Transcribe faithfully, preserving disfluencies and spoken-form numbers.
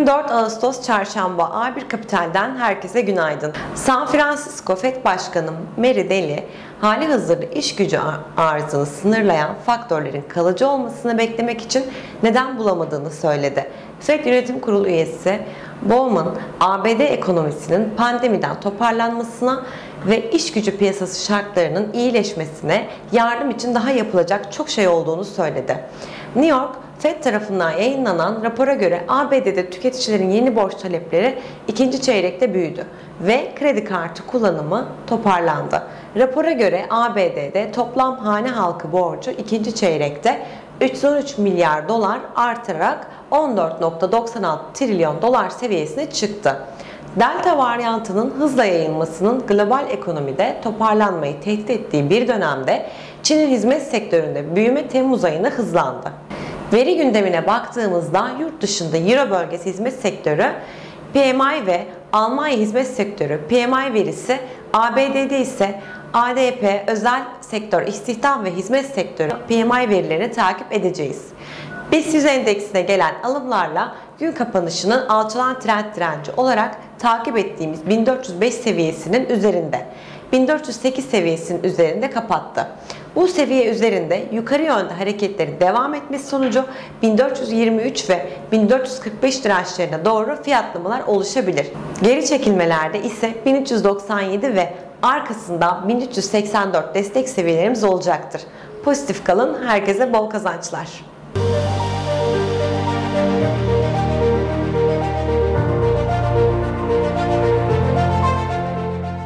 yirmi dört Ağustos Çarşamba A bir Kapital'den herkese günaydın. San Francisco Fed Başkanı Mary Daly, hali hazırda iş gücü arzını sınırlayan faktörlerin kalıcı olmasını beklemek için neden bulamadığını söyledi. Fed Yönetim Kurulu üyesi Bowman, A B D ekonomisinin pandemiden toparlanmasına ve iş gücü piyasası şartlarının iyileşmesine yardım için daha yapılacak çok şey olduğunu söyledi. New York Fed tarafından yayınlanan rapora göre A B D'de tüketicilerin yeni borç talepleri ikinci çeyrekte büyüdü ve kredi kartı kullanımı toparlandı. Rapora göre A B D'de toplam hane halkı borcu ikinci çeyrekte üç yüz on üç milyar dolar artarak on dört virgül doksan altı trilyon dolar seviyesine çıktı. Delta varyantının hızla yayılmasının global ekonomide toparlanmayı tehdit ettiği bir dönemde Çin'in hizmet sektöründe büyüme Temmuz ayında hızlandı. Veri gündemine baktığımızda yurt dışında Euro bölgesi hizmet sektörü P M I ve Almanya hizmet sektörü P M I verisi, A B D'de ise A D P özel sektör istihdam ve hizmet sektörü P M I verilerini takip edeceğiz. BIST yüz endeksine gelen alımlarla gün kapanışının alçalan trend direnci olarak takip ettiğimiz bin dört yüz beş seviyesinin üzerinde, bin dört yüz sekiz seviyesinin üzerinde kapattı. Bu seviye üzerinde yukarı yönde hareketlerin devam etmesi sonucu bin dört yüz yirmi üç ve bin dört yüz kırk beş dirençlerine doğru fiyatlamalar oluşabilir. Geri çekilmelerde ise bin üç yüz doksan yedi ve arkasından bin üç yüz seksen dört destek seviyelerimiz olacaktır. Pozitif kalın, herkese bol kazançlar.